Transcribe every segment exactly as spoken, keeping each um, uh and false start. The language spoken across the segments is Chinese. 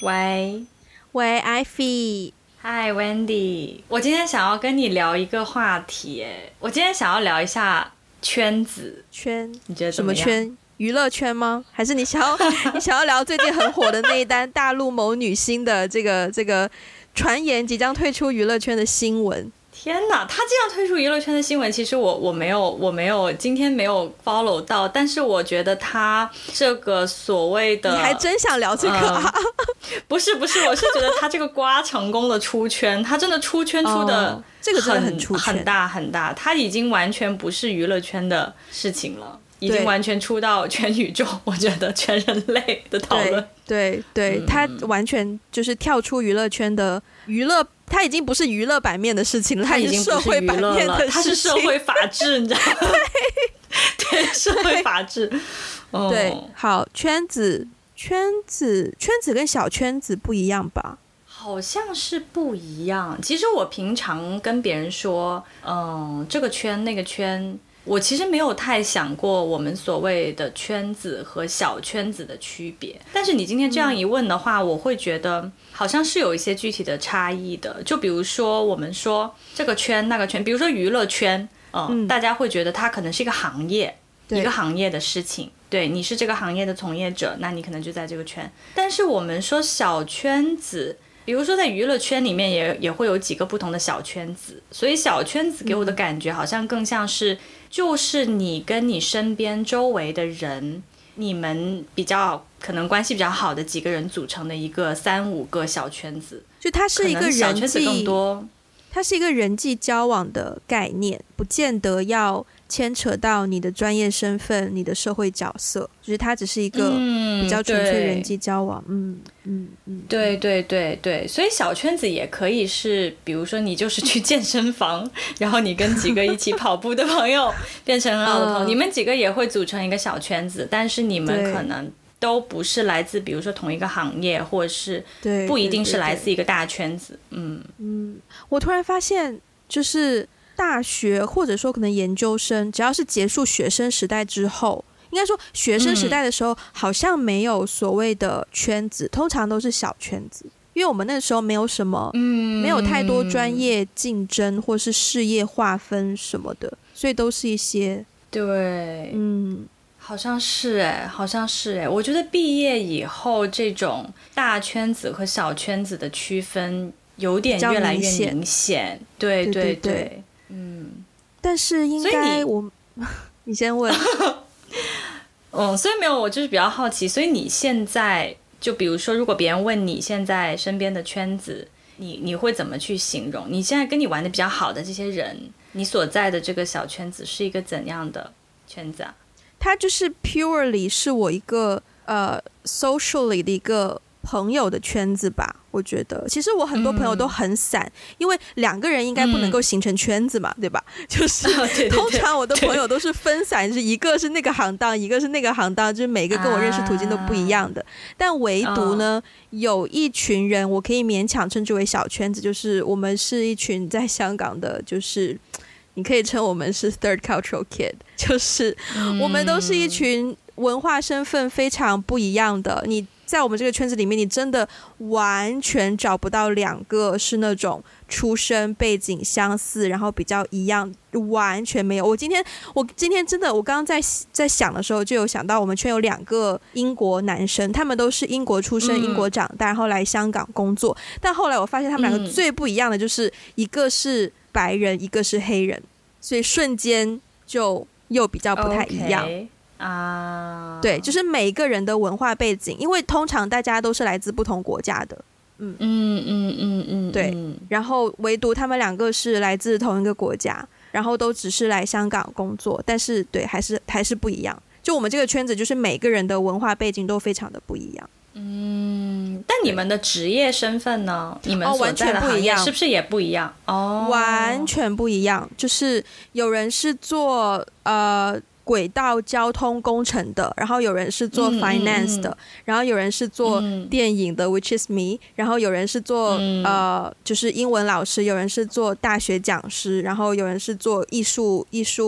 喂喂 Ivy。 Hi Wendy， 我今天想要跟你聊一个话题耶，我今天想要聊一下圈子。 圈？ 你觉得怎么样？ 什么圈？娱乐圈吗？还是你想要你想要聊最近很火的那一单大陆某女星的这个这个传言即将退出娱乐圈的新闻？ 天哪，他这样推出娱乐圈的新闻，其实我我没有我没有今天没有 follow 到，但是我觉得他这个所谓的， 你还真想聊这个啊？ 嗯、不是不是，我是觉得他这个瓜成功的出圈，他真的出圈出的、 哦、这个真的很出圈， 很大很大，他已经完全不是娱乐圈的事情了。已经完全出到全宇宙，我觉得全人类的讨论。 对对，对嗯、他完全就是跳出娱乐圈的娱乐，他已经不是娱乐版面的事情了， 他已经是社会版面的事情， 他是社会法治，你知道吗？对，对，社会法治。 哦、对，好，圈子，圈子，圈子跟小圈子不一样吧？ 好像是不一样。其实我平常跟别人说，嗯，这个圈那个圈。我其实没有太想过我们所谓的圈子和小圈子的区别，但是你今天这样一问的话、嗯、我会觉得好像是有一些具体的差异的。就比如说我们说这个圈那个圈，比如说娱乐圈、呃、嗯，大家会觉得它可能是一个行业，一个行业的事情，对，你是这个行业的从业者，那你可能就在这个圈。但是我们说小圈子，比如说在娱乐圈里面也也会有几个不同的小圈子，所以小圈子给我的感觉好像更像是就是你跟你身边周围的人，你们比较可能关系比较好的几个人组成的一个三五个小圈子， 就它是一个人际， 小圈子更多， 它是一个人际交往的概念，不见得要牵扯到你的专业身份、你的社会角色，就是它只是一个比较纯粹人际交往。嗯嗯嗯， 对对对对，所以小圈子也可以是，比如说你就是去健身房，然后你跟几个一起跑步的朋友变成很好的朋友，你们几个也会组成一个小圈子，但是你们可能都不是来自比如说同一个行业，或者是不一定是来自一个大圈子。嗯嗯，我突然发现就是大学或者说可能研究生，只要是结束学生时代之后，应该说学生时代的时候、嗯、好像没有所谓的圈子，通常都是小圈子，因为我们那时候没有什么、嗯、没有太多专业竞争或是事业划分什么的，所以都是一些对嗯好像是哎，好像是哎，我觉得毕业以后这种大圈子和小圈子的区分有点越来越明显。对对 对, 对, 对嗯， 但是应该我你先问。 嗯，所以没有，我就是比较好奇，所以你现在就比如说如果别人问你现在身边的圈子，你你会怎么去形容你现在跟你玩的比较好的这些人，你所在的这个小圈子是一个怎样的圈子啊？ 它就是 purely 是我一个呃 socially 的一个朋友的圈子吧，我觉得其实我很多朋友都很散、嗯、因为两个人应该不能够形成圈子嘛、嗯、对吧，就是、哦、对对对，通常我的朋友都是分散，就是一个是那个行当，一个是那个行当，就是每个跟我认识途径都不一样的、啊、但唯独呢、哦、有一群人我可以勉强称之为小圈子，就是我们是一群在香港的，就是你可以称我们是 third cultural kid， 就是我们都是一群文化身份非常不一样的，你在我们这个圈子里面你真的完全找不到两个是那种出身背景相似然后比较一样，完全没有。我今天我今天真的我刚刚在在想的时候就有想到我们圈有两个英国男生，他们都是英国出生、嗯、英国长大，然后来香港工作，但后来我发现他们两个最不一样的就是、嗯、一个是白人一个是黑人，所以瞬间就又比较不太一样、okay.啊，对，就是每一个人的文化背景，因为通常大家都是来自不同国家的，嗯嗯嗯嗯嗯， 对，然后唯独他们两个是来自同一个国家，然后都只是来香港工作，但是对，还是还是不一样。就我们这个圈子，就是每个人的文化背景都非常的不一样。 嗯，但你们的职业身份呢？你们所在的行业是不是也不一样？哦， 完全不一样。就是有人是做呃。轨道交通工程的，然后有人是做 finance 的、嗯嗯、然后有人是做电影的、嗯、which is me， 然后有人是做、嗯、呃就是英文老师，有人是做大学讲师，然后有人是做艺术艺术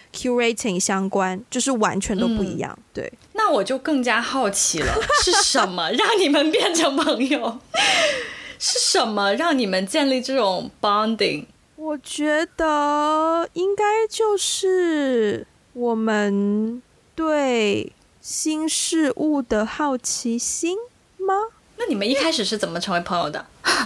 curating 相关，就是完全都不一样。嗯、对， 那我就更加好奇了，是什么让你们变成朋友？是什么让你们建立这种 bonding？ 我觉得应该就是我们对新事物的好奇心吗？ 那你们一开始是怎么成为朋友的？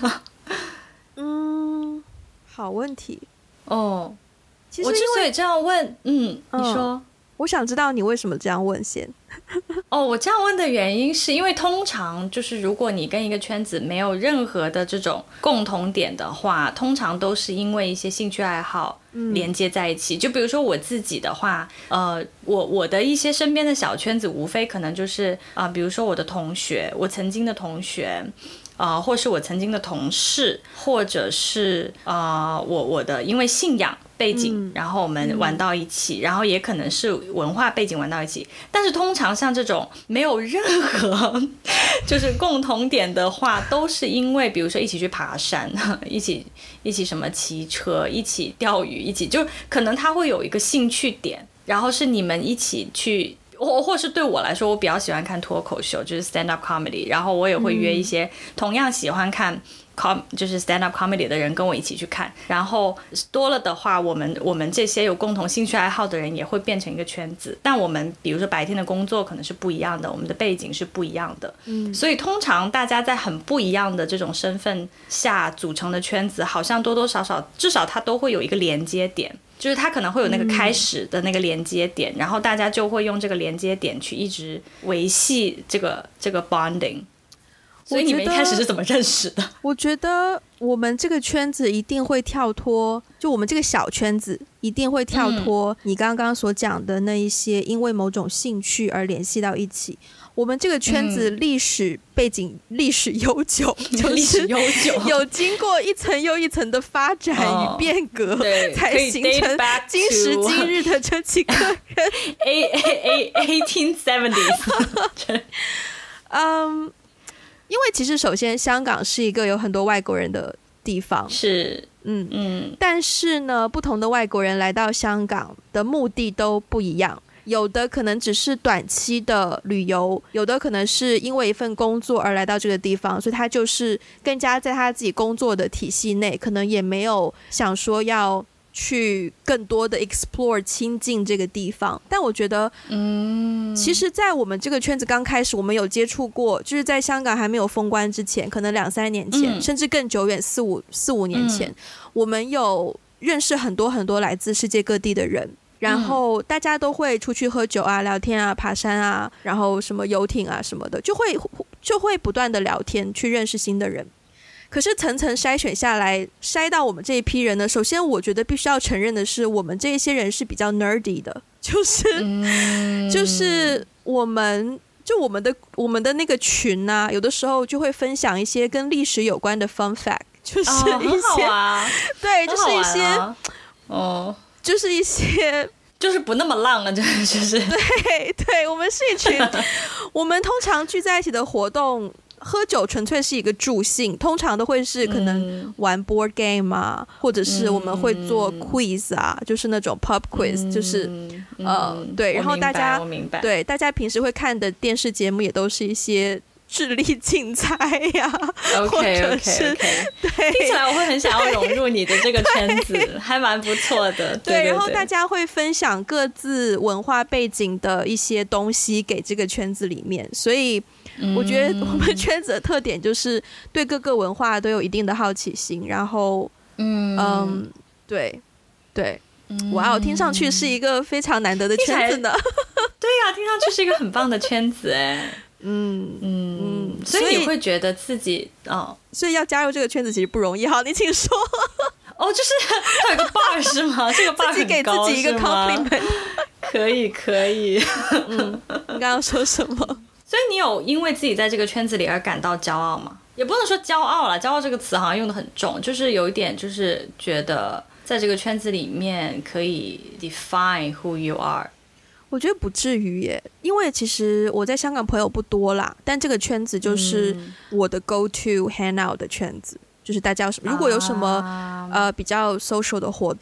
嗯，好问题哦。我之所以这样问，嗯，你说。嗯， 我想知道你为什么这样问先。 哦，我这样问的原因是因为通常就是如果你跟一个圈子没有任何的这种共同点的话，通常都是因为一些兴趣爱好连接在一起。嗯、就比如说我自己的话，呃，我我的一些身边的小圈子，无非可能就是啊、呃，比如说我的同学，我曾经的同学。呃，或是我曾经的同事，或者是呃，我我的因为信仰背景、嗯，然后我们玩到一起、嗯，然后也可能是文化背景玩到一起。但是通常像这种没有任何就是共同点的话，都是因为比如说一起去爬山，一起一起什么骑车，一起钓鱼，一起就可能他会有一个兴趣点，然后是你们一起去。或或是对我来说，我比较喜欢看脱口秀，就是 stand up comedy， 然后我也会约一些同样喜欢看 com 就是 stand up comedy 的人跟我一起去看，然后多了的话，我们我们这些有共同兴趣爱好的人也会变成一个圈子，但我们比如说白天的工作可能是不一样的，我们的背景是不一样的，嗯，所以通常大家在很不一样的这种身份下组成的圈子，好像多多少少至少它都会有一个连接点。就是它可能会有那个开始的那个连接点、嗯、然后大家就会用这个连接点去一直维系这个这个 bonding。 所以你们一开始是怎么认识的？ 我觉得我们这个圈子一定会跳脱，就我们这个小圈子一定会跳脱你刚刚所讲的那一些因为某种兴趣而联系到一起。我们这个圈子历史背景、嗯、历史悠久，就是历史悠久， 有经过一层又一层的发展与变革，哦、才形成今时今日的这几个人。 A A A eighteen seventies。 嗯，因为其实首先香港是一个有很多外国人的地方， 是， 嗯嗯，但是呢，不同的外国人来到香港的目的都不一样。有的可能只是短期的旅游，有的可能是因为一份工作而来到这个地方，所以他就是更加在他自己工作的体系内，可能也没有想说要去更多的 explore 亲近这个地方。但我觉得嗯，其实在我们这个圈子刚开始我们有接触过，就是在香港还没有封关之前，可能两三年前、嗯、甚至更久远四五四五年前、嗯、我们有认识很多很多来自世界各地的人，然后大家都会出去喝酒啊、聊天啊、爬山啊，然后什么游艇啊什么的，就会就会不断的聊天，去认识新的人。可是层层筛选下来，筛到我们这一批人呢，首先我觉得必须要承认的是，我们这一些人是比较 nerdy 的，就是、嗯、就是我们就我们的我们的那个群啊，有的时候就会分享一些跟历史有关的 fun fact， 就是一些、哦很好啊、对，就是一些、啊、哦。就是一些就是不那么浪了，就是就是对对，我们是一群我们通常聚在一起的活动，喝酒纯粹是一个助兴，通常都会是可能玩 board game 啊、嗯、或者是我们会做 quiz 啊、嗯、就是那种 pub quiz、嗯、就是呃对，然后大家对大家平时会看的电视节目也都是一些智力竞猜呀、啊、 ，OK OK OK， 对，听起来我会很想要融入你的这个圈子，还蛮不错的。对, 对, 对， 然后大家会分享各自文化背景的一些东西给这个圈子里面，所以我觉得我们圈子的特点就是对各个文化都有一定的好奇心，然后嗯嗯，对对，哇哦，听上去是一个非常难得的圈子呢。 对呀、啊，听上去是一个很棒的圈子哎。嗯嗯，所以你会觉得自己哦， 所以要加入这个圈子其实不容易。好，你请说。 哦，就是它有个 bar 是吗？这个 bar 很高， 自己给自己一个 compliment。 可以可以。 嗯，你刚刚说什么？ 所以你有因为自己在这个圈子里而感到骄傲吗？也不能说骄傲啦，骄傲这个词好像用得很重，就是有一点就是觉得在这个圈子里面可以 define who you are。 我觉得不至于耶，因为其实我在香港朋友不多啦，但这个圈子就是我的 go to hang out 的圈子，就是大家有什么如果有什么、啊、呃比较 social 的活动，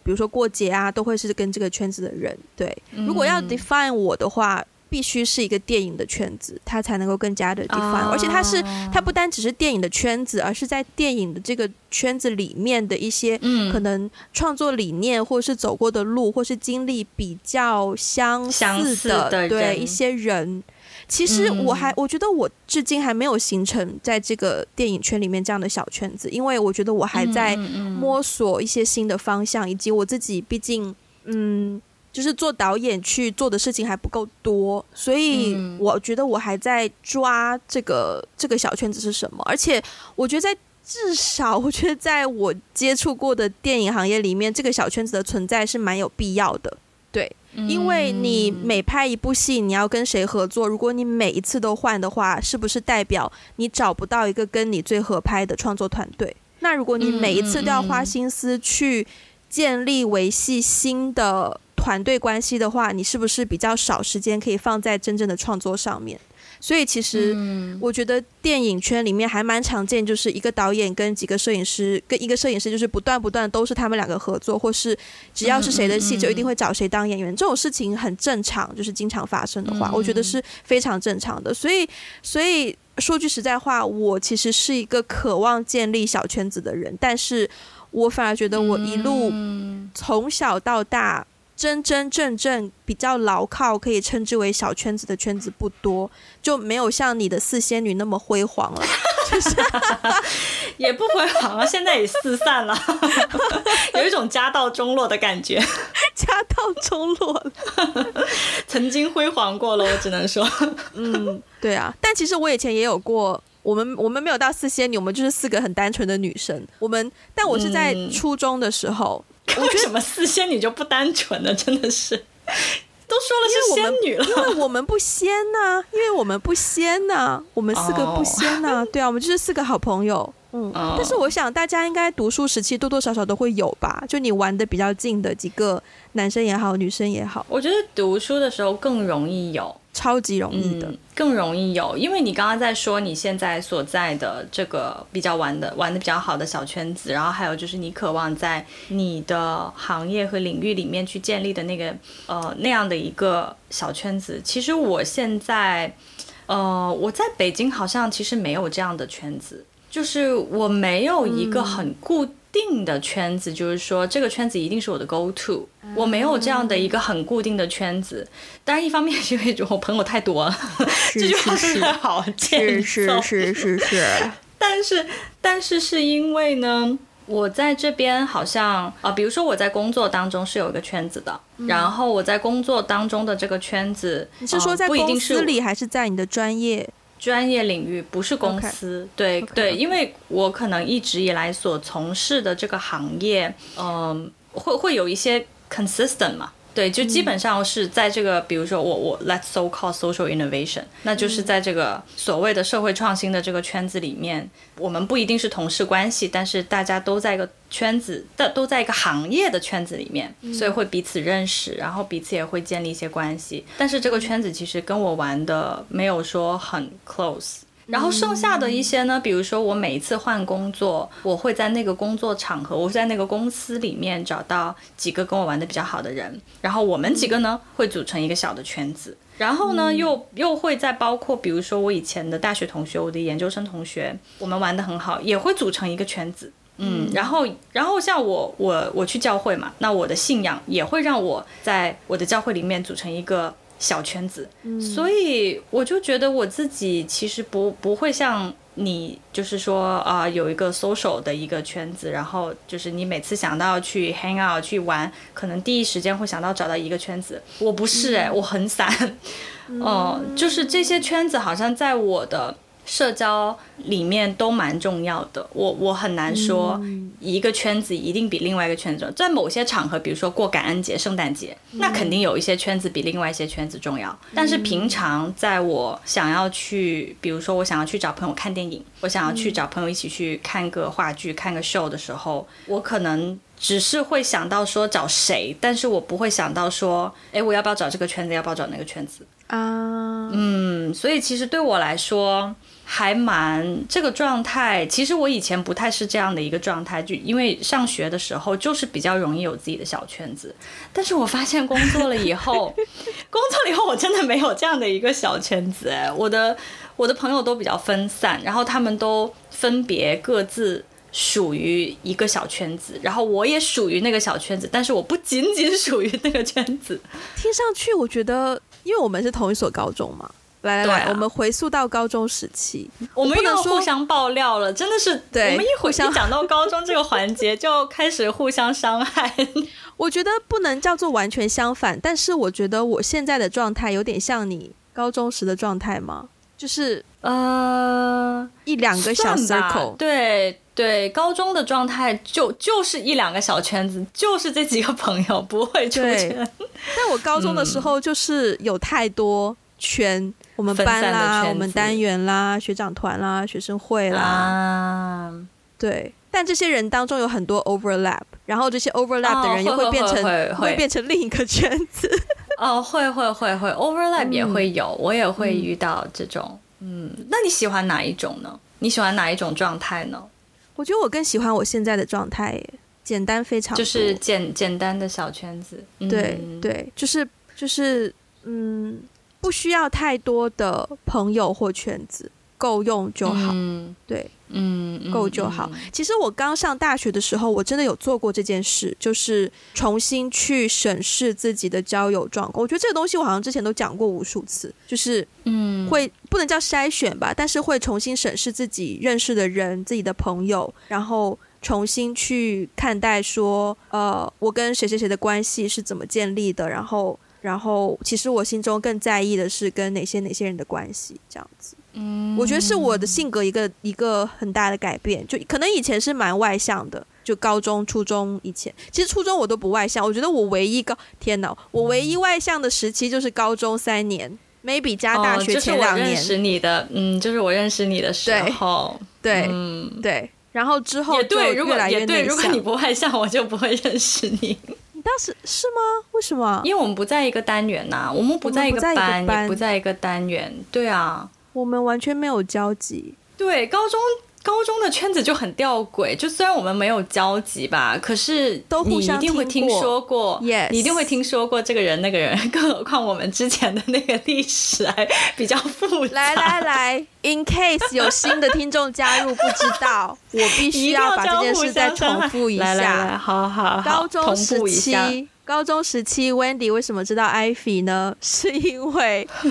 比如说过节啊，都会是跟这个圈子的人。对，如果要 define 我的话，必须是一个电影的圈子，它才能够更加的 define，、哦、而且它是它不单只是电影的圈子，而是在电影的这个圈子里面的一些、嗯、可能创作理念或是走过的路或是经历比较相似的, 相似的对一些人。其实我还、嗯、我觉得我至今还没有形成在这个电影圈里面这样的小圈子，因为我觉得我还在摸索一些新的方向，以及我自己毕竟嗯就是做导演去做的事情还不够多，所以我觉得我还在抓这个这个小圈子是什么。而且我觉得在至少我觉得在我接触过的电影行业里面，这个小圈子的存在是蛮有必要的。对，因为你每拍一部戏你要跟谁合作，如果你每一次都换的话，是不是代表你找不到一个跟你最合拍的创作团队？那如果你每一次都要花心思去建立维系新的团队关系的话，你是不是比较少时间可以放在真正的创作上面？所以其实我觉得电影圈里面还蛮常见，就是一个导演跟几个摄影师跟一个摄影师就是不断不断都是他们两个合作，或是只要是谁的戏就一定会找谁当演员，这种事情很正常，就是经常发生的话我觉得是非常正常的。所以所以说句实在话，我其实是一个渴望建立小圈子的人，但是我反而觉得我一路从小到大真真正正比较牢靠可以称之为小圈子的圈子不多，就没有像你的四仙女那么辉煌了就是也不辉煌了，现在也四散了有一种家道中落的感觉家道中落了曾经辉煌过了，我只能说嗯，对啊，但其实我以前也有过，我们我们没有到四仙女，我们就是四个很单纯的女生，我们但我是在初中的时候、 嗯、为什么四仙女就不单纯了？真的是都说了是仙女了， 因为我们不仙啊，因为我们不仙啊，我们四个不仙啊、oh. 对啊，我们就是四个好朋友。嗯， oh. 但是我想大家应该读书时期多多少少都会有吧，就你玩的比较近的几个男生也好女生也好， 我觉得读书的时候更容易有， 超级容易的、嗯、 更容易有，因为你刚刚在说你现在所在的这个比较玩的玩的比较好的小圈子，然后还有就是你渴望在你的行业和领域里面去建立的那个呃那样的一个小圈子。其实我现在呃我在北京好像其实没有这样的圈子，就是我没有一个很固定的圈子、嗯、就是说这个圈子一定是我的 go to， 我没有这样的一个很固定的圈子。当然一方面是因为我朋友太多了，这句话说的好欠揍， 是是是是但是但是是因为呢我在这边好像、呃、比如说我在工作当中是有一个圈子的、嗯、然后我在工作当中的这个圈子， 你是说在公司里还是在你的专业专业领域，不是公司、okay. 对、okay. 对，因为我可能一直以来所从事的这个行业嗯、呃，会会有一些 consistent 嘛，对，就基本上是在这个、嗯、比如说我我 let's so call social innovation， 那就是在这个所谓的社会创新的这个圈子里面，我们不一定是同事关系，但是大家都在一个圈子的，都在一个行业的圈子里面、嗯、所以会彼此认识，然后彼此也会建立一些关系，但是这个圈子其实跟我玩的没有说很 close。然后剩下的一些呢，比如说我每一次换工作，我会在那个工作场合，我会在那个公司里面找到几个跟我玩的比较好的人，然后我们几个呢会组成一个小的圈子，然后呢又又会再包括比如说我以前的大学同学，我的研究生同学，我们玩得很好，也会组成一个圈子。嗯，然后然后像我我我去教会嘛，那我的信仰也会让我在我的教会里面组成一个小圈子、嗯、所以我就觉得我自己其实不不会像你就是说啊、呃、有一个 social 的一个圈子，然后就是你每次想到去 hang out 去玩，可能第一时间会想到找到一个圈子。我不是哎、欸嗯，我很散嗯、呃，就是这些圈子好像在我的社交里面都蛮重要的，我我很难说一个圈子一定比另外一个圈子重要，在某些场合比如说过感恩节圣诞节、嗯、那肯定有一些圈子比另外一些圈子重要、嗯、但是平常在我想要去比如说我想要去找朋友看电影，我想要去找朋友一起去看个话剧看个 show 的时候，我可能只是会想到说找谁，但是我不会想到说哎，我要不要找这个圈子要不要找那个圈子啊？嗯，所以其实对我来说还蛮这个状态，其实我以前不太是这样的一个状态，就因为上学的时候就是比较容易有自己的小圈子，但是我发现工作了以后工作了以后我真的没有这样的一个小圈子。哎，我的我的朋友都比较分散，然后他们都分别各自属于一个小圈子，然后我也属于那个小圈子，但是我不仅仅属于那个圈子。 听上去我觉得因为我们是同一所高中嘛，来来来、啊、我们回溯到高中时期， 我们又互相爆料了，真的是对， 我们一会一讲到高中这个环节就开始互相伤害。 我觉得不能叫做完全相反，但是我觉得我现在的状态有点像你高中时的状态吗？就是呃一两个小 circle， 对对，高中的状态就就是一两个小圈子，就是这几个朋友不会出圈。 但我高中的时候就是有太多圈、嗯、我们班啦，我们单元啦，学长团啦，学生会啦、啊、对，但这些人当中有很多 overlap， 然后这些 overlap 的人又会变成、哦、会, 会, 会, 会, 会变成另一个圈子。 哦，会会会会 overlap 也会有、嗯、我也会遇到这种。嗯，那你喜欢哪一种呢？你喜欢哪一种状态呢？ 我觉得我更喜欢我现在的状态耶，简单非常多， 就是简简单的小圈子。嗯、 对对，就是就是嗯，不需要太多的朋友或圈子，够用就好。嗯、对。嗯，够就好、嗯嗯、其实我刚上大学的时候我真的有做过这件事，就是重新去审视自己的交友状况。我觉得这个东西我好像之前都讲过无数次，就是嗯，会不能叫筛选吧，但是会重新审视自己认识的人，自己的朋友，然后重新去看待说呃，我跟谁谁谁的关系是怎么建立的，然后然后其实我心中更在意的是跟哪些哪些人的关系，这样子。嗯，我觉得是我的性格一个一个很大的改变，就可能以前是蛮外向的，就高中初中以前，其实初中我都不外向，我觉得我唯一高天哪我唯一外向的时期就是高中三年 maybe 加大学前两年、哦、就是我认识你的嗯，就是我认识你的时候， 对对、 嗯、 对，然后之后就越来越内向。也对， 如果你不外向我就不会认识你。 你当时是吗？为什么？ 因为我们不在一个单元啊，我们不在一个 班, 一个班也不在一个单元。对啊， 我们完全没有交集。 对，高中高中的圈子就很吊诡，就虽然我们没有交集吧，可是都互相听过， 你一定会听说过， yes. 你一定会听说过这个人那个人，更何况我们之前的那个历史还比较复杂。 来来来，in case 有新的听众加入不知道，我必须要把这件事再重复一下。 来来来，好好好， 高中时期。高中时期 Wendy 为什么知道 Ivy 呢？是因为自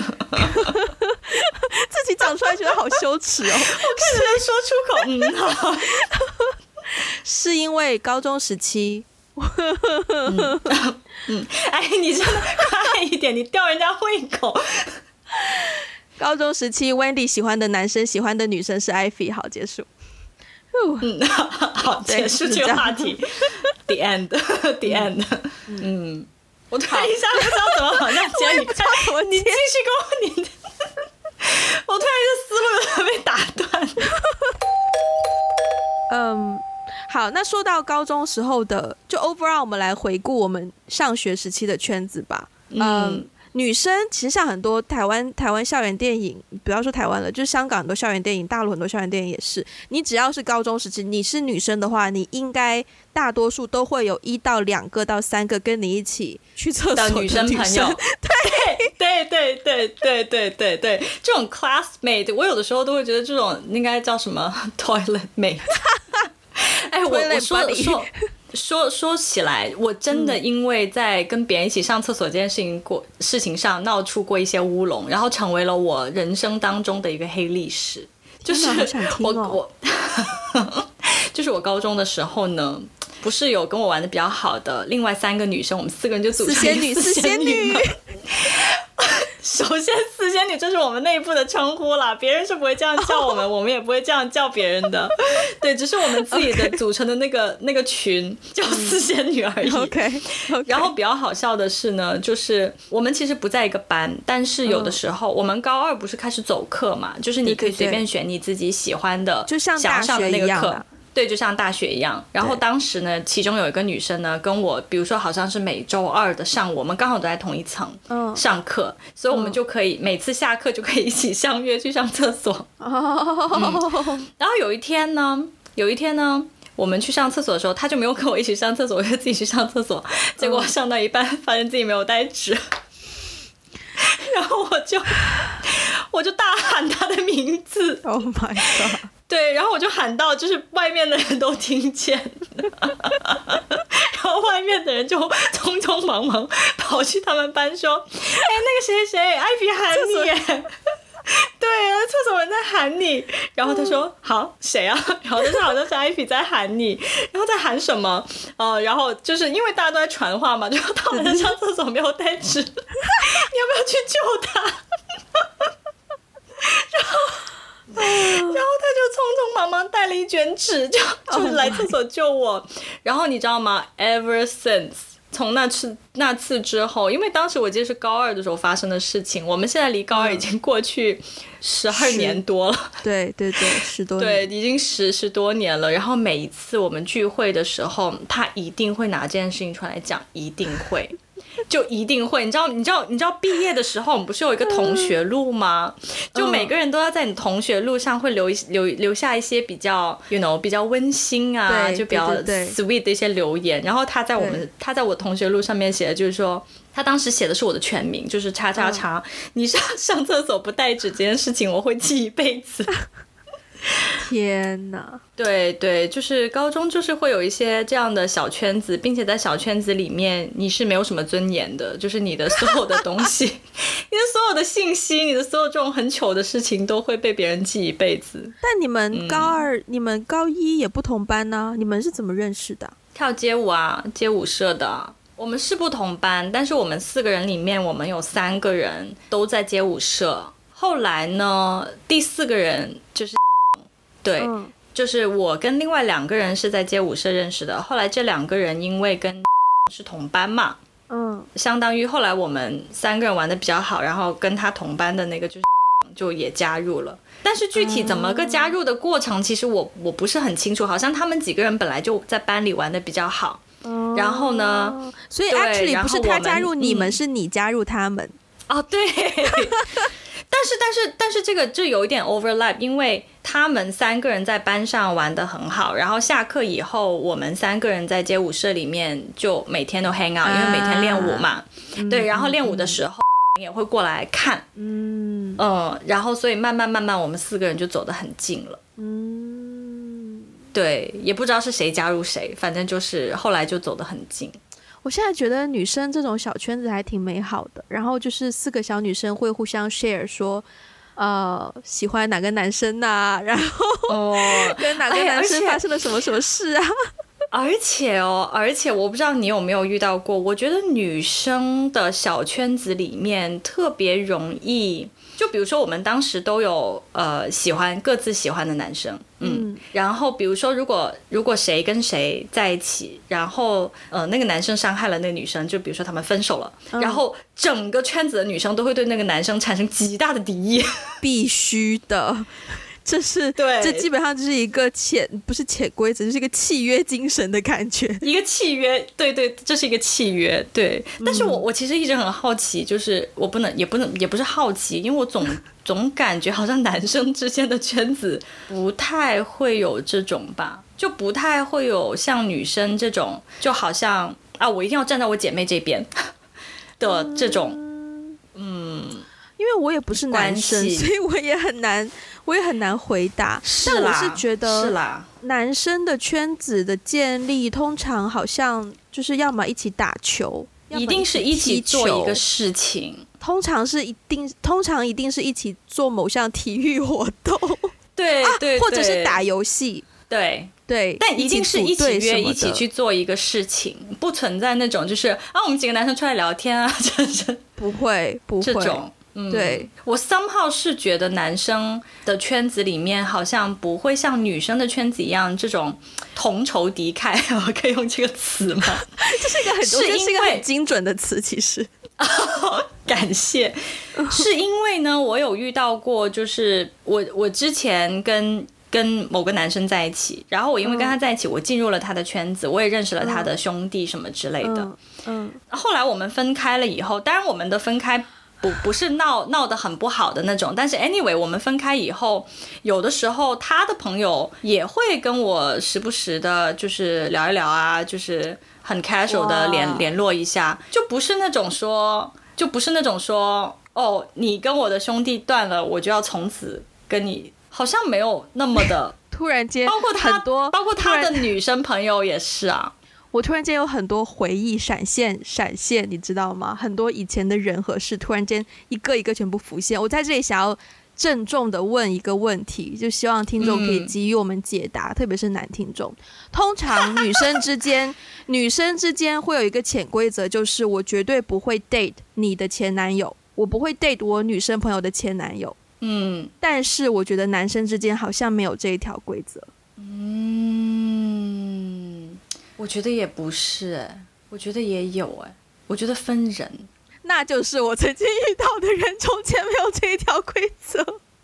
己讲出来觉得好羞耻哦，我看着说出口嗯好是因为高中时期嗯, 嗯哎你真的快一点，你吊人家胃口。 高中时期 Wendy 喜欢的男生喜欢的女生是 Ivy。 好，结束。 嗯，好，结束这个话题。The end, the end。嗯，我突然一下不知道怎么往下接，你看你继续跟我，你，我突然一个思路被打断。 嗯，好，那说到高中时候的，就 overall 我们来回顾我们上学时期的圈子吧。嗯。嗯，女生其实像很多台湾台湾校园电影，不要说台湾了，就是香港很多校园电影，大陆很多校园电影也是，你只要是高中时期你是女生的话，你应该大多数都会有一到两个到三个跟你一起去厕所的女生朋友。对对对对对对对，这种 classmate 我有的时候都会觉得这种应该叫什么 toilet mate。 哎，我我说说说说起来，我真的因为在跟别人一起上厕所这件事情过事情上闹出过一些乌龙，然后成为了我人生当中的一个黑历史。就是我我就是我高中的时候呢，不是有跟我玩的比较好的另外三个女生，我们四个人就组成一个四仙女。首先四仙女这是我们内部的称呼啦，别人是不会这样叫我们、oh. 我们也不会这样叫别人的。对，只是我们自己的组成的那个、okay. 那个群叫四仙女而已。 okay. Okay. 然后比较好笑的是呢，就是我们其实不在一个班，但是有的时候、oh. 我们高二不是开始走课嘛，就是你可以随便选你自己喜欢的， 就像大学一样的， 对，就像大学一样。然后当时呢，其中有一个女生呢，跟我，比如说好像是每周二的上午，我们刚好都在同一层上课，嗯、所以我们就可以、嗯、每次下课就可以一起相约去上厕所。哦、嗯。然后有一天呢，有一天呢。我们去上厕所的时候，他就没有跟我一起上厕所，我就自己去上厕所。结果上到一半，发现自己没有带纸，然后我就我就大喊他的名字。 Oh my god！ 对，然后我就喊到，就是外面的人都听见，然后外面的人就匆匆忙忙跑去他们班说：“哎，那个谁谁，艾比喊你耶。”对啊，厕所人在喊你，然后他说、嗯、好谁啊，然后他说好像是艾比在喊你，然后在喊什么呃，然后就是因为大家都在传话嘛，就他们在上厕所没有带纸，你要不要去救他？然后然后他就匆匆忙忙带了一卷纸，就就是来厕所救我。Oh、然后你知道吗 ？Ever since。从那次那次之后，因为当时我记得是高二的时候发生的事情，我们现在离高二已经过去十二年多了， 对对对，十多年， 对，已经十十多年了。然后每一次我们聚会的时候，他一定会拿这件事情出来讲，一定会。就一定会，你知道，你知道，你知道，毕业的时候我们不是有一个同学录吗？就每个人都要在你同学录上会留留留下一些比较 ，you know， 比较温馨啊，就比较 sweet 的一些留言。然后他在我们，他在我同学录上面写的就是说，他当时写的是我的全名，就是叉叉叉。你上上厕所不带纸这件事情，我会记一辈子。 天哪！ 对对，就是高中就是会有一些这样的小圈子，并且在小圈子里面你是没有什么尊严的，就是你的所有的东西你的所有的信息，你的所有这种很糗的事情都会被别人记一辈子。 但你们高二、嗯、你们高一也不同班呢、啊？你们是怎么认识的？ 跳街舞啊，街舞社的。我们是不同班，但是我们四个人里面我们有三个人都在街舞社。后来呢，第四个人就是对、嗯，就是我跟另外两个人是在街舞社认识的。后来这两个人因为跟是同班嘛，嗯，相当于后来我们三个人玩的比较好，然后跟他同班的那个就是就也加入了。但是具体怎么个加入的过程，其实我我不是很清楚，好像他们几个人本来就在班里玩的比较好，嗯、然后呢， 所以 actually 不是他加入你们，嗯、是你加入他们。 哦，对。但是但是但是这个就有一点 overlap， 因为他们三个人在班上玩得很好，然后下课以后我们三个人在街舞社里面就每天都 hang out，、啊、因为每天练舞嘛、嗯、对，然后练舞的时候、嗯、也会过来看，嗯嗯，然后所以慢慢慢慢我们四个人就走得很近了，嗯，对，也不知道是谁加入谁，反正就是后来就走得很近。 我现在觉得女生这种小圈子还挺美好的，然后就是四个小女生会互相 share 说呃，喜欢哪个男生啊，然后、哦、跟哪个男生发生了什么什么事啊， 而且哦，而且我不知道你有没有遇到过，我觉得女生的小圈子里面特别容易，就比如说我们当时都有呃喜欢各自喜欢的男生，嗯，嗯然后比如说如果如果谁跟谁在一起，然后呃那个男生伤害了那个女生，就比如说他们分手了、嗯、然后整个圈子的女生都会对那个男生产生极大的敌意， 必须的。这是对，这基本上就是一个潜不是潜规则，就是一个契约精神的感觉， 一个契约，对对，这是一个契约，对。但是我我其实一直很好奇，就是我不能也不能也不是好奇，因为我总总感觉好像男生之间的圈子不太会有这种吧，就不太会有像女生这种，就好像啊，我一定要站在我姐妹这边的这种，嗯。 因为我也不是男生，所以我也很难，我也很难回答。但我是觉得，男生的圈子的建立，通常好像就是要么一起打球， 一定是一起做一个事情， 通常是一定，通常一定是一起做某项体育活动， 对、啊、对, 对， 或者是打游戏， 对。 对， 但一定是一起约一起去做一个事情，不存在那种就是啊，我们几个男生出来聊天啊，这这不会不会这种。嗯、对，我 somehow 是觉得男生的圈子里面好像不会像女生的圈子一样这种同仇敌忾，我可以用这个词吗？ 这是一个很，我觉得是一个很精准的词，其实。 感谢。是因为呢，我有遇到过，就是我我之前跟跟某个男生在一起，然后我因为跟他在一起，我进入了他的圈子，我也认识了他的兄弟什么之类的。 嗯， 后来我们分开了以后，当然我们的分开不不是闹闹得很不好的那种，但是 anyway 我们分开以后，有的时候他的朋友也会跟我时不时的就是聊一聊啊，就是很 casual 的联联络一下，就不是那种说就不是那种说哦你跟我的兄弟断了，我就要从此跟你，好像没有那么的突然间包括他很多包括他的女生朋友也是啊。 我突然间有很多回忆闪现闪现，你知道吗？很多以前的人和事突然间一个一个全部浮现。我在这里想要郑重的问一个问题，就希望听众可以给予我们解答、嗯、特别是男听众。通常女生之间女生之间会有一个潜规则，就是我绝对不会 date 你的前男友，我不会 date 我女生朋友的前男友。 嗯， 但是我觉得男生之间好像没有这一条规则。 嗯，我觉得也不是哎、欸，我觉得也有哎、欸，我觉得分人。 那就是我曾经遇到的人中间没有这一条规则。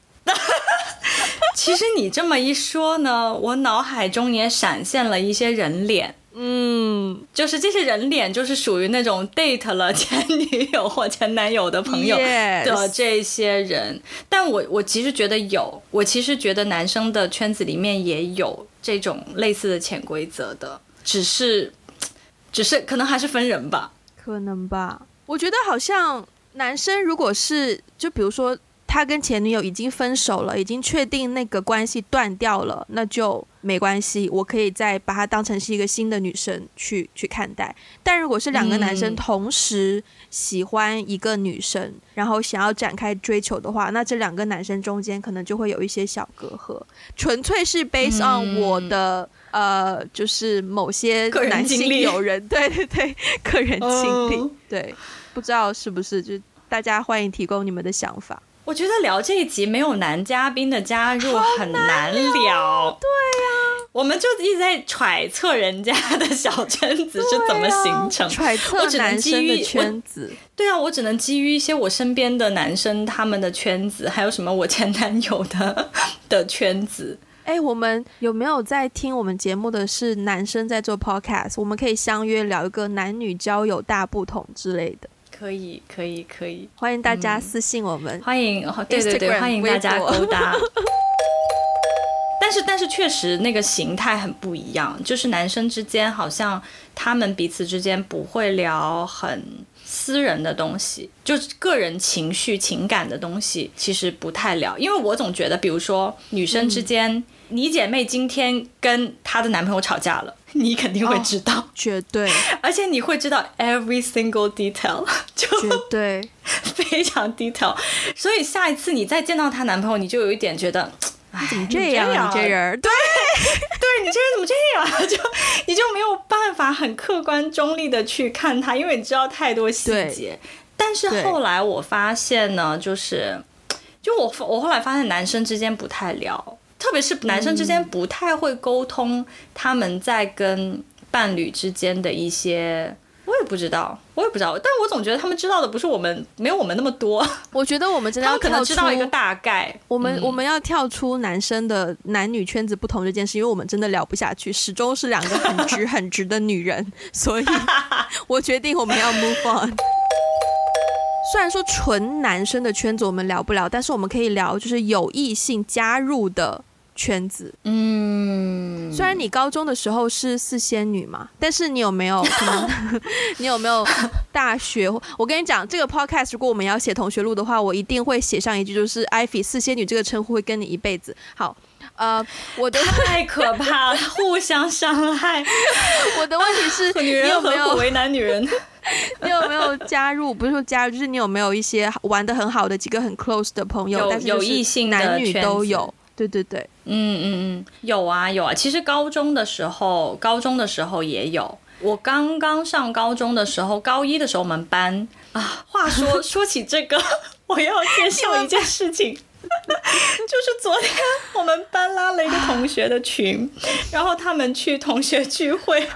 其实你这么一说呢，我脑海中也闪现了一些人脸。嗯，就是这些人脸就是属于那种 date 了前女友或前男友的朋友的这些人。Yes. 但我我其实觉得有，我其实觉得男生的圈子里面也有这种类似的潜规则的，只是只是可能还是分人吧， 可能吧。我觉得好像男生如果是就比如说他跟前女友已经分手了，已经确定那个关系断掉了，那就没关系，我可以再把她当成是一个新的女生去去看待。但如果是两个男生同时喜欢一个女生、嗯、然后想要展开追求的话，那这两个男生中间可能就会有一些小隔阂，纯粹是 based on 我的、嗯、呃，就是某些男性友人，对对对，个人经历、哦、对，不知道是不是，就大家欢迎提供你们的想法。 我觉得聊这一集没有男嘉宾的加入很难聊，对呀、啊， 我们就一直在揣测人家的小圈子是怎么形成， 啊、揣测男生的圈子。 对啊，我只能基于一些我身边的男生他们的圈子，还有什么我前男友的的圈子。 哎，我们有没有在听我们节目的是男生在做 podcast？ 我们可以相约聊一个男女交友大不同之类的。 可以可以可以， 欢迎大家私信我们、 嗯、欢迎、哦、对对对 Instagram, 欢迎大家勾搭。但是但是确实那个形态很不一样，就是男生之间好像他们彼此之间不会聊很私人的东西，就是个人情绪情感的东西其实不太聊。因为我总觉得比如说女生之间、嗯、你姐妹今天跟她的男朋友吵架了，你肯定会知道、哦、 绝对，而且你会知道 every single detail， 就绝对非常 detail， 所以下一次你再见到她男朋友，你就有一点觉得你怎么这样，你这人， 对对，你这人怎么这样，就你就没有办法很客观中立的去看他，因为你知道太多细节。但是后来我发现呢，就是就我我后来发现男生之间不太聊，特别是男生之间不太会沟通他们在跟伴侣之间的一些，我也不知道我也不知道但我总觉得他们知道的不是我们，没有我们那么多。 我觉得我们真的要跳出， 他们可能知道一个大概， 我们、嗯、我们要跳出男生的男女圈子不同这件事，因为我们真的聊不下去，始终是两个很直很直的女人，所以我决定我们要 move on。虽然说纯男生的圈子我们聊不了，但是我们可以聊就是有异性加入的圈子。嗯，虽然你高中的时候是四仙女嘛，但是你有没有可能你有没有大学，我跟你讲这个 podcast 如果我们要写同学录的话，我一定会写上一句，就是 Ivy 四仙女这个称呼会跟你一辈子。好，呃，我的太可怕了，互相伤害。 我的问题是女人何苦为难女人？ 你有没有加入，不是说加入，就是你有没有一些玩得很好的几个很 close 的朋友，但是有异性的男女都有。对对对， 嗯嗯嗯，有啊有啊。其实高中的时候，高中的时候也有。我刚刚上高中的时候，高一的时候我们班啊，话说说起这个，我要介绍一件事情。就是昨天我们班拉了一个同学的群，然后他们去同学聚会，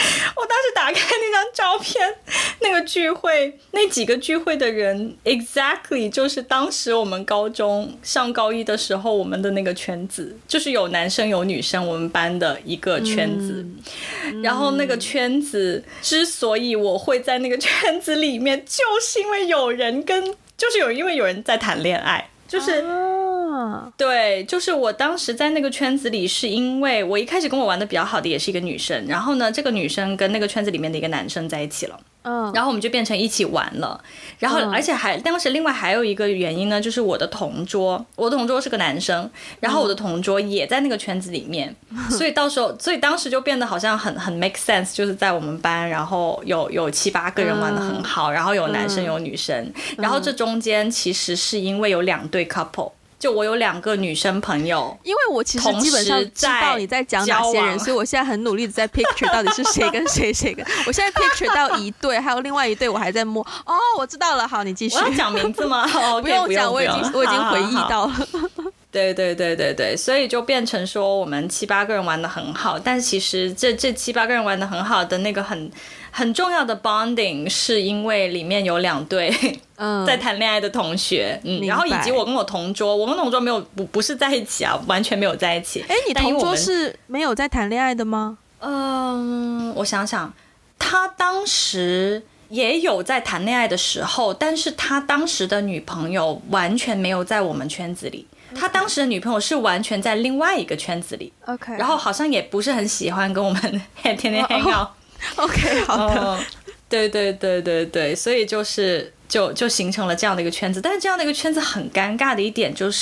我当时打开那张照片，那个聚会，那几个聚会的人 exactly 就是当时我们高中上高一的时候我们的那个圈子，就是有男生有女生，我们班的一个圈子、嗯、然后那个圈子之所以我会在那个圈子里面，就是因为有人跟就是有因为有人在谈恋爱，就是、啊、对，就是我当时在那个圈子里，是因为我一开始跟我玩的比较好的也是一个女生，然后呢这个女生跟那个圈子里面的一个男生在一起了，嗯，然后我们就变成一起玩了，然后而且还当时另外还有一个原因呢，就是我的同桌，我的同桌是个男生，然后我的同桌也在那个圈子里面，嗯、所以到时候所以当时就变得好像很很 make sense， 就是在我们班，然后有有七八个人玩得很好，嗯、然后有男生有女生、嗯，然后这中间其实是因为有两对 couple。就我有两个女生朋友， 因为我其实基本上知道你在讲哪些人，所以我现在很努力的在 picture 到底是谁跟谁谁跟。我现在 picture 到一对，还有另外一对我还在摸。哦，我知道了，好，你继续。 我要讲名字吗？哦、 不用讲，我已经我已经回忆到了。 对对对对对，所以就变成说我们七八个人玩得很好，但是其实这这七八个人玩得很好的那个很很重要的 bonding 是因为里面有两对在谈恋爱的同学，嗯，然后以及我跟我同桌，我跟同桌没有不不是在一起啊，完全没有在一起。 哎，你同桌是没有在谈恋爱的吗？ 嗯，我想想，他当时也有在谈恋爱的时候，但是他当时的女朋友完全没有在我们圈子里。Okay. 他当时的女朋友是完全在另外一个圈子里 ，OK， 然后好像也不是很喜欢跟我们天天 hang out。OK， 好的，哦、 对对对对对，所以就是就就形成了这样的一个圈子。但是这样的一个圈子很尴尬的一点就是，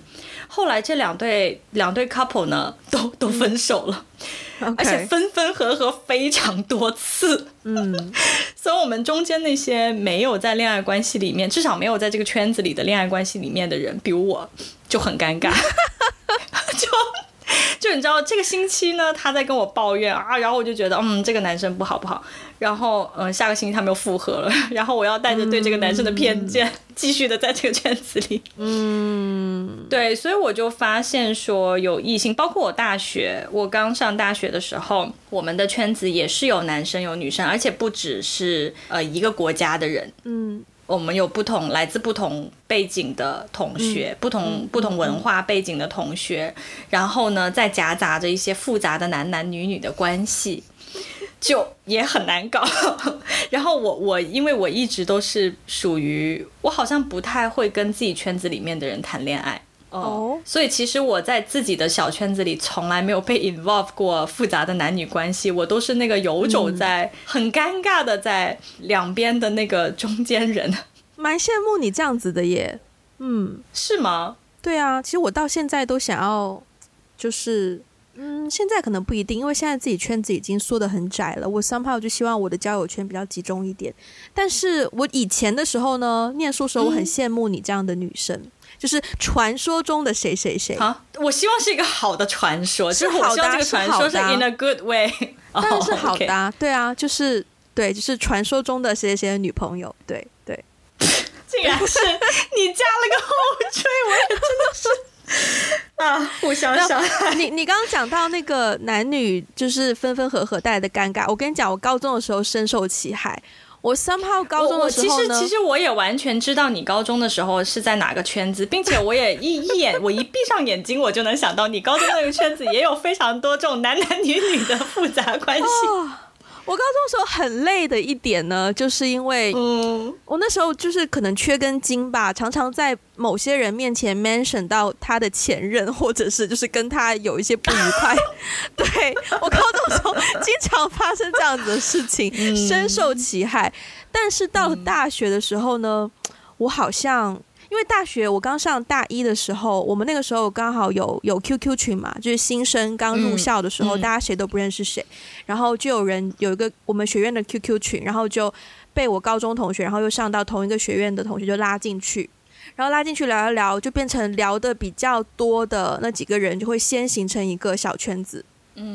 后来这两对两对 couple 呢，都都分手了。Okay. 而且分分合合非常多次，嗯，所以我们中间那些没有在恋爱关系里面，至少没有在这个圈子里的恋爱关系里面的人，比如我就很尴尬，就就你知道这个星期呢他在跟我抱怨啊，然后我就觉得嗯这个男生不好不好，然后嗯下个星期他们又复合了，然后我要带着对这个男生的偏见、嗯、继续的在这个圈子里，嗯，对，所以我就发现说有异性，包括我大学，我刚上大学的时候，我们的圈子也是有男生有女生，而且不只是呃一个国家的人，嗯。我们有不同来自不同背景的同学、嗯、不同不同文化背景的同学、嗯、然后呢再夹杂着一些复杂的男男女女的关系，就也很难搞。然后我我因为我一直都是属于我好像不太会跟自己圈子里面的人谈恋爱哦、嗯，所以其实我在自己的小圈子里从来没有被 involve 过复杂的男女关系，我都是那个游走在很尴尬的在两边的那个中间人。 蛮羡慕你这样子的耶。嗯， 是吗？ 对啊，其实我到现在都想要就是嗯，现在可能不一定，因为现在自己圈子已经缩得很窄了，我 somehow 就希望我的交友圈比较集中一点。但是我以前的时候呢，念书的时候我很羡慕你这样的女生、嗯，就是传说中的谁谁谁啊！我希望是一个好的传说， 是好的， 我希望这个传说是 in a good way， 当然是好的、啊 oh, okay. 对啊，就是对，就是传说中的谁谁谁的女朋友，对对。 竟然是你加了个后缀，我也真的是啊！互相伤害。 你你刚刚讲到那个男女就是分分合合带来的尴尬，我跟你讲，我高中的时候深受其害。我 somehow 高中的时候呢， 我我其实其实我也完全知道你高中的时候是在哪个圈子，并且我也一一眼我一闭上眼睛我就能想到你高中那个圈子也有非常多这种男男女女的复杂关系。哦， 我高中的时候很累的一点呢，就是因为嗯，我那时候就是可能缺根筋吧，常常在某些人面前 mention 到他的前任，或者是就是跟他有一些不愉快。对，我高中的时候经常发生这样子的事情，嗯、深受其害。但是到了大学的时候呢，嗯、我好像。因为大学我刚上大一的时候，我们那个时候刚好有有 Q Q 群嘛，就是新生刚入校的时候、嗯、大家谁都不认识谁，然后就有人有一个我们学院的 Q Q 群，然后就被我高中同学然后又上到同一个学院的同学就拉进去，然后拉进去聊一聊，就变成聊的比较多的那几个人就会先形成一个小圈子，嗯，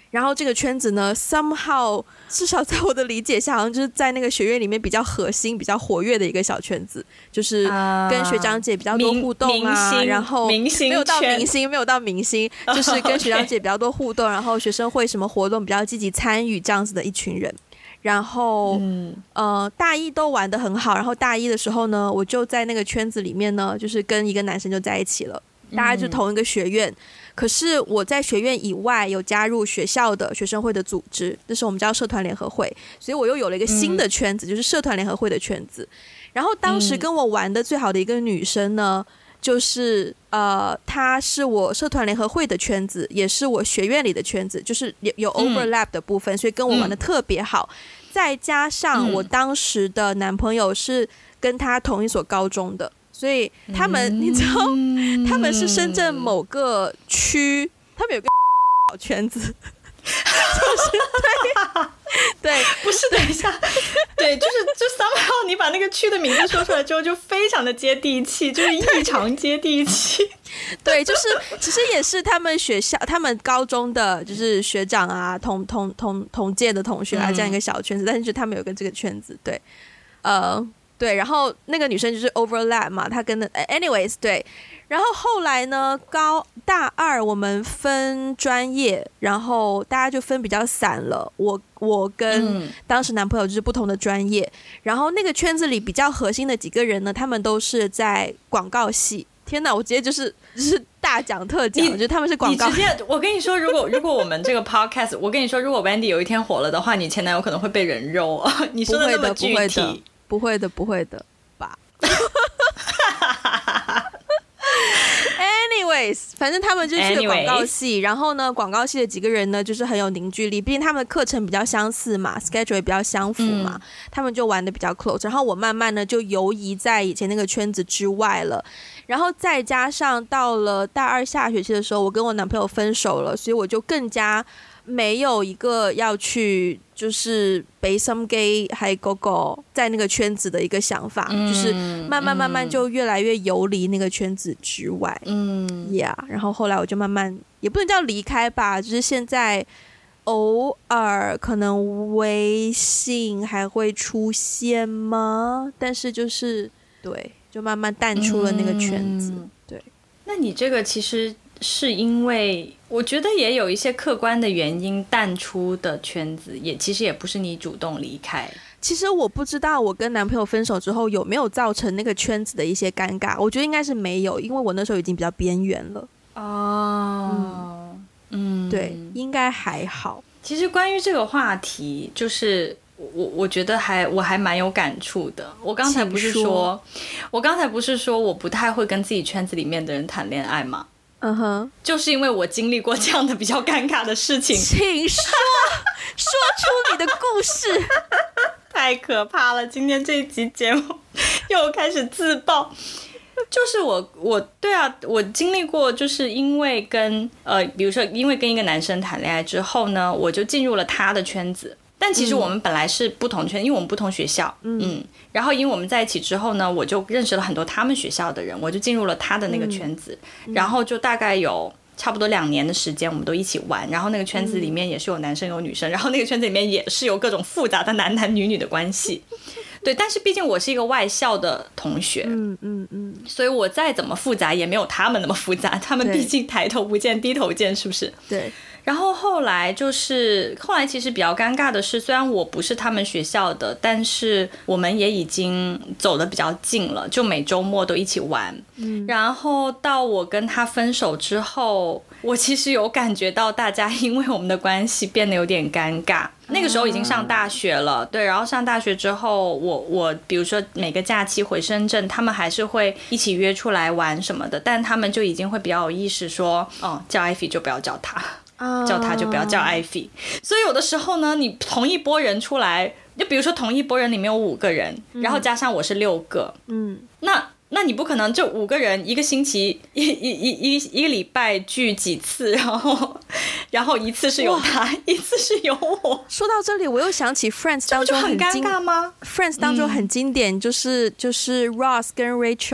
然后这个圈子呢 somehow 至少在我的理解下好像就是在那个学院里面比较核心比较活跃的一个小圈子，就是跟学长姐比较多互动啊、呃、然后明星没有到明星没有到明星就是跟学长姐比较多互动然后学生会什么活动比较积极参与这样子的一群人。然后、嗯、呃，大一都玩得很好，然后大一的时候呢我就在那个圈子里面呢就是跟一个男生就在一起了，大家就同一个学院、嗯、可是我在学院以外有加入学校的学生会的组织，那是我们叫社团联合会，所以我又有了一个新的圈子、嗯、就是社团联合会的圈子。然后当时跟我玩的最好的一个女生呢就是呃，她是我社团联合会的圈子也是我学院里的圈子，就是有 overlap 的部分、嗯、所以跟我玩的特别好、嗯、再加上我当时的男朋友是跟他同一所高中的，所以他们、嗯、你知道他们是深圳某个区他们有个小圈子就是对对不是等一下对就是就 somehow 你把那个区的名字说出来之后就非常的接地气，就是异常接地气对就是其实也是他们学校他们高中的就是学长啊同同同同届的同学啊、嗯、这样一个小圈子，但是就他们有个这个圈子对呃对，然后那个女生就是 overlap 嘛，她跟的 anyways 对，然后后来呢高大二我们分专业，然后大家就分比较散了，我我跟当时男朋友就是不同的专业、嗯、然后那个圈子里比较核心的几个人呢他们都是在广告系，天哪我直接就是就是大讲特讲，我觉得他们是广告你直接我跟你说如果如果我们这个 podcast 我跟你说如果 Wendy 有一天火了的话，你前男友可能会被人肉你说的那么具体， 不会的不会的吧anyways 反正他们就去了广告系、anyways. 然后呢广告系的几个人呢就是很有凝聚力，毕竟他们的课程比较相似嘛 schedule 也比较相符嘛、嗯、他们就玩的比较 close， 然后我慢慢呢就游移在以前那个圈子之外了，然后再加上到了大二下学期的时候我跟我男朋友分手了，所以我就更加没有一个要去就是俾心機喺嗰個在那個圈子的一個想法、嗯、就是慢慢慢慢就越來越游離那個圈子之外嗯 yeah 然後後來我就慢慢也不能叫離開吧，就是現在偶爾可能微信還會出現嗎，但是就是對就慢慢淡出了那個圈子、嗯、對。 那你這個其實是因為我覺得也有一些客觀的原因淡出的圈子也其實也不是你主動離開。 其實我不知道我跟男朋友分手之後有沒有造成那個圈子的一些尷尬，我覺得應該是沒有，因為我那時候已經比較邊緣了。哦、嗯，嗯，對，應該還好。 其實關於這個話題就是我我覺得還我還蠻有感觸的。我剛才不是說我剛才不是說我不太會跟自己圈子裡面的人談戀愛嗎？嗯哼，就是因為我經歷過這樣的比較尷尬的事情。 請說說出你的故事太可怕了，今天這一集節目又開始自爆。就是我我對啊，我經歷過就是因為跟呃比如說因為跟一個男生談戀愛之後呢，我就進入了他的圈子，但其實我們本來是不同圈、嗯、因為我們不同學校 嗯, 嗯然後因為我們在一起之後呢，我就認識了很多他們學校的人，我就進入了他的那個圈子、嗯、然後就大概有差不多兩年的時間我們都一起玩，然後那個圈子裡面也是有男生有女生、嗯、然後那個圈子裡面也是有各種複雜的男男女女的關係對，但是畢竟我是一個外校的同學，嗯嗯嗯，所以我再怎麼複雜也沒有他們那麼複雜，他們畢竟抬頭不見低頭見，是不是？對。然後後來就是後來其實比較尷尬的是，雖然我不是他們學校的，但是我們也已經走得比較近了，就每週末都一起玩、嗯、然後到我跟他分手之後，我其實有感覺到大家因為我們的關係變得有點尷尬。那個時候已經上大學了，對，然後上大學之後我我比如說每個假期回深圳，他們還是會一起約出來玩什麼的，但他們就已經會比較有意識說，哦，叫 Ivy 就不要叫他，叫他就不要叫 Ivy。所以有的時候呢，你同一波人出來，就比如說同一波人裡面有五個人，然後加上我是六個，嗯，那那你不可能就五個人一個星期一一一一一個禮拜聚幾次，然後然後一次是有他，一次是有我。 說到這裡，我又想起 Friends 當中很經這不就很尷尬嗎？ Friends 當中很經典，就是、嗯、就是 Ross 跟 Rachel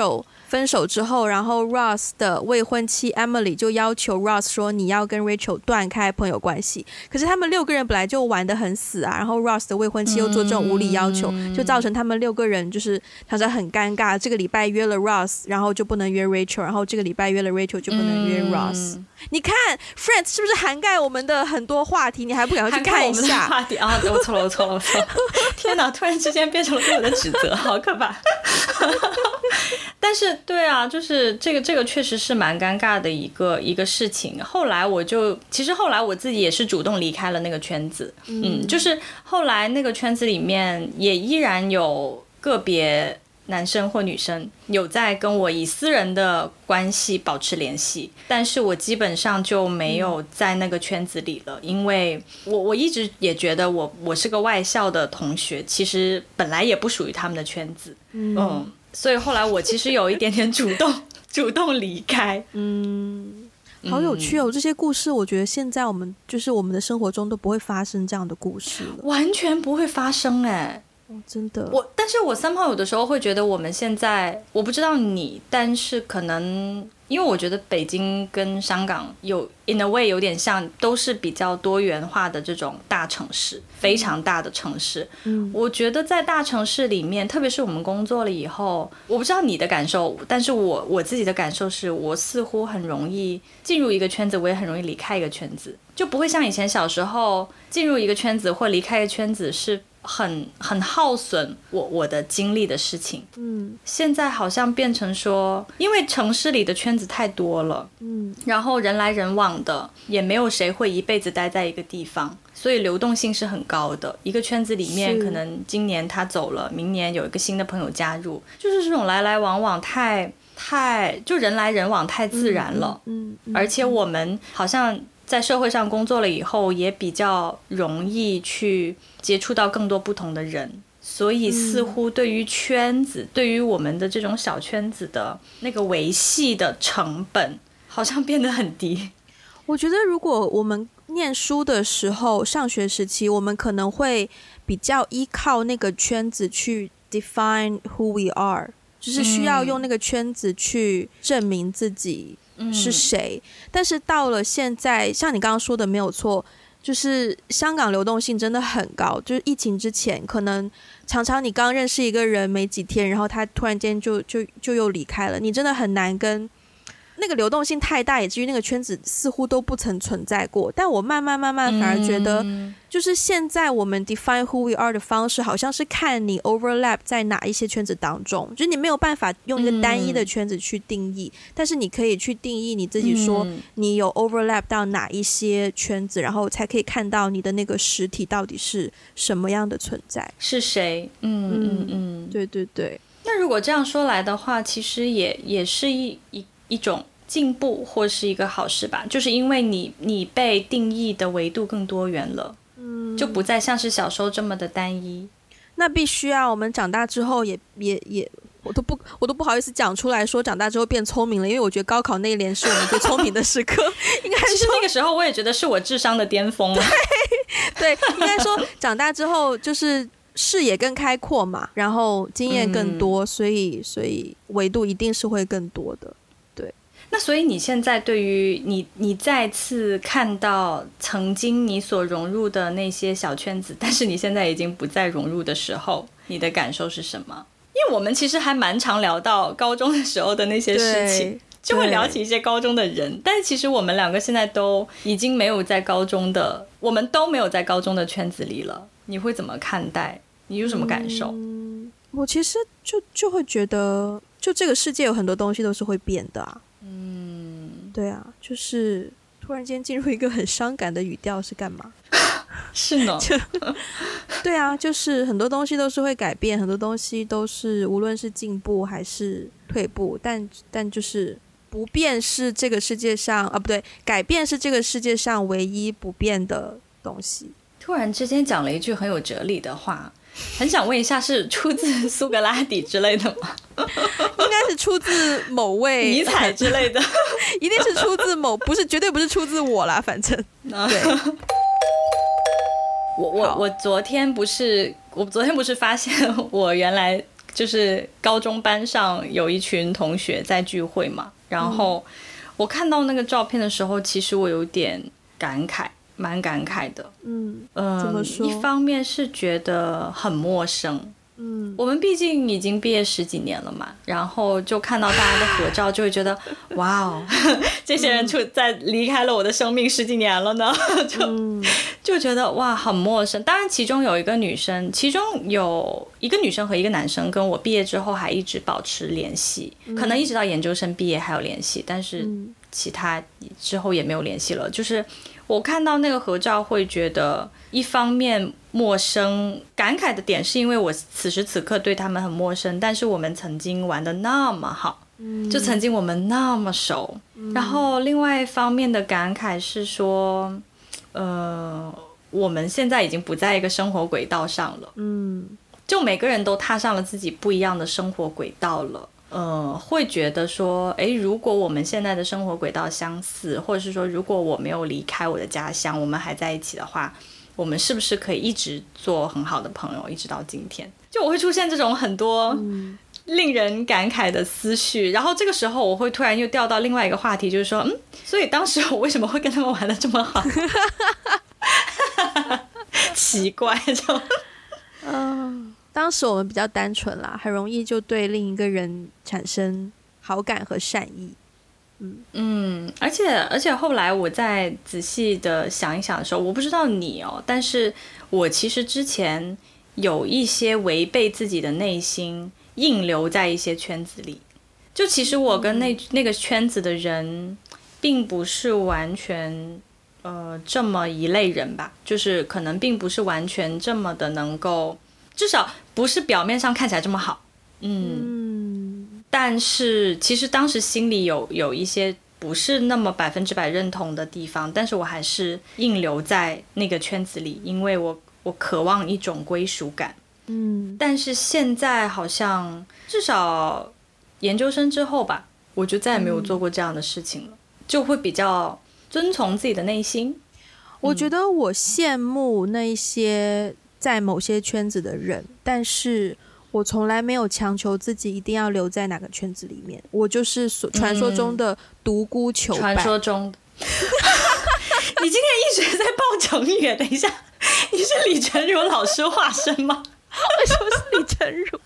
分手之后，然后 Ross 的未婚妻 Emily 就要求 Ross 说你要跟 Rachel 断开朋友关系，可是他们六个人本来就玩得很死啊，然后 Ross 的未婚妻又做这种无理要求、嗯、就造成他们六个人就是常常很尴尬，这个礼拜约了 Ross 然后就不能约 Rachel， 然后这个礼拜约了 Rachel 就不能约 Ross、嗯、你看 Friends 是不是涵盖我们的很多话题，你还不赶快去看一下？涵盖我们的话题啊！我错了我错了我错了天哪，突然之间变成了对我的指责，好可怕但是对啊，就是这个这个确实是蛮尴尬的一个一个事情。后来我就其实后来我自己也是主动离开了那个圈子， 嗯, 嗯就是后来那个圈子里面也依然有个别男生或女生有在跟我以私人的关系保持联系，但是我基本上就没有在那个圈子里了，因为我我一直也觉得我我是个外校的同学，其实本来也不属于他们的圈子， 嗯, 嗯所以后来我其实有一点点主动主动离开。 嗯，好有趣哦、嗯、这些故事我觉得现在我们就是我们的生活中都不会发生这样的故事了， 完全不会发生哎、 哦、真的。 我但是我somehow有的时候会觉得我们现在，我不知道你，但是可能因为我觉得北京跟香港有 in a way 有点像，都是比较多元化的这种大城市，非常大的城市、嗯、我觉得在大城市里面，特别是我们工作了以后，我不知道你的感受，但是我我自己的感受是，我似乎很容易进入一个圈子，我也很容易离开一个圈子，就不会像以前小时候进入一个圈子或离开一个圈子是很很耗损我我的精力的事情。嗯，现在好像变成说，因为城市里的圈子太多了，嗯，然后人来人往的，也没有谁会一辈子待在一个地方，所以流动性是很高的。一个圈子里面，可能今年他走了，明年有一个新的朋友加入，就是这种来来往往太太就人来人往太自然了。嗯，嗯嗯而且我们好像在社会上工作了以后，也比较容易去接触到更多不同的人，所以似乎对于圈子、嗯、对于我们的这种小圈子的那个维系的成本好像变得很低。 我觉得如果我们念书的时候，上学时期，我们可能会比较依靠那个圈子去 define who we are， 就是需要用那个圈子去证明自己是谁、嗯、但是到了现在，像你刚刚说的没有错，就是香港流动性真的很高，就是疫情之前可能常常你刚认识一个人没几天，然后他突然间就就就又离开了，你真的很难跟那个流动性太大，以至于那个圈子似乎都不曾存在过。但我慢慢慢慢反而觉得、嗯、就是现在我们 define who we are 的方式好像是看你 overlap 在哪一些圈子当中，就是你没有办法用一个单一的圈子去定义、嗯、但是你可以去定义你自己，说你有 overlap 到哪一些圈子，然后才可以看到你的那个实体到底是什么样的存在， 是谁。嗯嗯嗯， 对对对。 那如果这样说来的话，其实也也是一一一种进步或是一个好事吧，就是因为你你被定义的维度更多元了，嗯，就不再像是小时候这么的单一。 那必须啊，我们长大之后也也也，我都不我都不好意思讲出来说长大之后变聪明了，因为我觉得高考那一年是我们最聪明的时刻。应该其实那个时候我也觉得是我智商的巅峰了。 对对，应该说长大之后就是视野更开阔嘛，然后经验更多、嗯、所以所以维度一定是会更多的。 那所以你现在对于你你再次看到曾经你所融入的那些小圈子，但是你现在已经不再融入的时候，你的感受是什么？因为我们其实还蛮常聊到高中的时候的那些事情，就会聊起一些高中的人，但是其实我们两个现在都已经没有在高中的我们都没有在高中的圈子里了，你会怎么看待？你有什么感受？ 嗯，我其实就就会觉得就这个世界有很多东西都是会变的啊。嗯，对啊，就是突然间进入一个很伤感的语调是干嘛？ 是呢， 对啊，就是很多东西都是会改变，很多东西都是无论是进步还是退步，但但就是不变是这个世界上啊，不对，改变是这个世界上唯一不变的东西。 突然之间讲了一句很有哲理的话，很想问一下，是出自苏格拉底之类的吗？ 应该是出自某位尼采之类的。 一定是出自某，不是，绝对不是出自我啦，反正对。 我我我昨天不是我昨天不是发现我原来就是高中班上有一群同学在聚会嘛，然后我看到那个照片的时候，其实我有点感慨，蛮感慨的。 嗯， 嗯， 怎么说？ 一方面是觉得很陌生。 嗯， 我们毕竟已经毕业十几年了嘛，然后就看到大家的合照，就会觉得哇哦，这些人处在离开了我的生命十几年了呢，就、嗯、就觉得哇很陌生。当然，其中有一个女生，其中有一个女生和一个男生跟我毕业之后还一直保持联系，嗯、可能一直到研究生毕业还有联系，但是其他之后也没有联系了。就是我看到那个合照，会觉得一方面陌生，感慨的点是因为我此时此刻对他们很陌生，但是我们曾经玩得那么好，嗯、就曾经我们那么熟。嗯、然后另外一方面的感慨是说，呃，我们现在已经不在一个生活轨道上了，嗯，就每个人都踏上了自己不一样的生活轨道了。呃，会觉得说，诶，如果我们现在的生活轨道相似，或者是说，如果我没有离开我的家乡，我们还在一起的话，我们是不是可以一直做很好的朋友，一直到今天？就我会出现这种很多令人感慨的思绪，嗯、然后这个时候我会突然又掉到另外一个话题，就是说，嗯，所以当时我为什么会跟他们玩得这么好？奇怪，就嗯。当时我们比较单纯啦，很容易就对另一个人产生好感和善意。嗯嗯，而且而且后来我再仔细的想一想的时候，我不知道你哦，但是我其实之前有一些违背自己的内心，硬留在一些圈子里。就其实我跟那、嗯、那个圈子的人，并不是完全呃这么一类人吧，就是可能并不是完全这么的能够。至少不是表面上看起来这么好，嗯，嗯但是其实当时心里有有一些不是那么百分之百认同的地方，但是我还是硬留在那个圈子里，因为我我渴望一种归属感，嗯，但是现在好像至少研究生之后吧，我就再也没有做过这样的事情了，嗯、就会比较遵从自己的内心。 我觉得我羡慕那些。在某些圈子的人，但是我从来没有强求自己一定要留在哪个圈子里面，我就是传说中的独孤求败。 传说中你今天一直在报成语，等一下，你是李成儒老师化身吗？ 为什么是李成儒？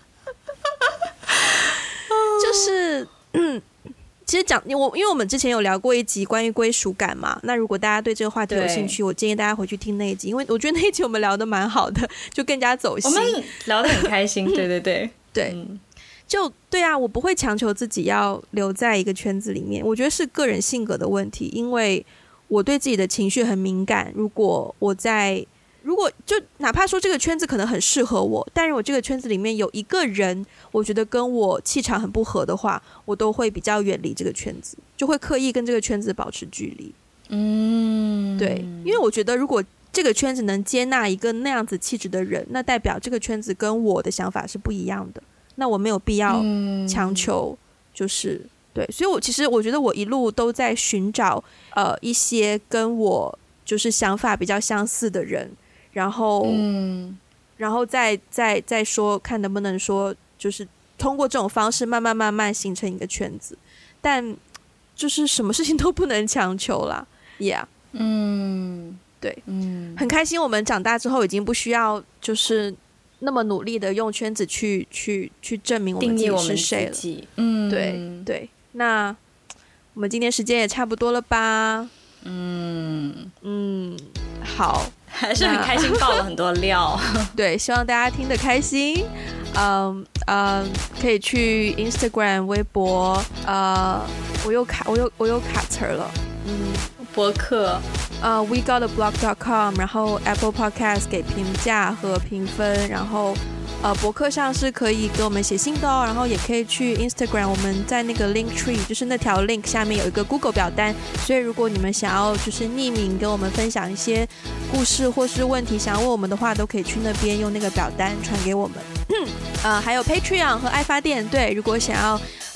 就是嗯其实讲我，因为我们之前有聊过一集关于归属感嘛，那如果大家对这个话题有兴趣，我建议大家回去听那一集，因为我觉得那一集我们聊得蛮好的，就更加走心， 我们聊得很开心。对对对对、嗯，就对啊，我不会强求自己要留在一个圈子里面，我觉得是个人性格的问题，因为我对自己的情绪很敏感，如果我在如果就哪怕说这个圈子可能很适合我，但是我这个圈子里面有一个人我觉得跟我气场很不合的话，我都会比较远离这个圈子，就会刻意跟这个圈子保持距离。嗯，对，因为我觉得如果这个圈子能接纳一个那样子气质的人，那代表这个圈子跟我的想法是不一样的，那我没有必要强求，就是对，所以我其实我觉得我一路都在寻找呃一些跟我就是想法比较相似的人，然后，嗯，然后再再再说，看能不能说，就是通过这种方式，慢慢慢慢形成一个圈子，但就是什么事情都不能强求啦 ，Yeah， 嗯，对，嗯，很开心，我们长大之后已经不需要就是那么努力的用圈子去去去证明我们自己是谁了，嗯，对对，那我们今天时间也差不多了吧？嗯嗯，好。 还是很开心爆了很多料对，希望大家听得开心。嗯嗯，可以去 Instagram 微博，呃我又卡我又我又卡词了，嗯， 博客， 呃 we got a blog dot com， 然后 Apple Podcast 给评价和评分，然后呃博客上是可以给我们写信的哦，然后也可以去 Instagram， 我们在那个 link tree， 就是那条 link 下面有一个 Google 表单，所以如果你们想要就是匿名跟我们分享一些故事或是问题想要问我们的话，都可以去那边用那个表单传给我们。呃，还有 Patreon 和爱发电，对，如果想要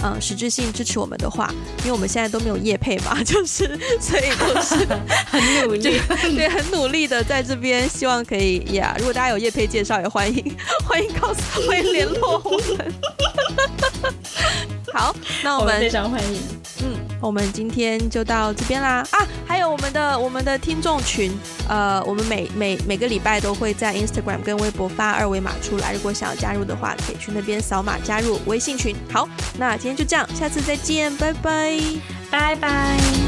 嗯实质性支持我们的话，因为我们现在都没有业配嘛，就是所以都是很努力， 对，很努力的在这边，希望可以呀。Yeah, 如果大家有业配介绍，也欢迎欢迎告诉欢迎联络我们。好，那我们, 我们非常欢迎。 嗯，我们今天就到这边啦啊！还有我们的我们的听众群，呃，我们每每每个礼拜都会在 Instagram 跟微博发二维码出来，如果想要加入的话，可以去那边扫码加入微信群。好，那今天就这样，下次再见，拜拜， 拜拜。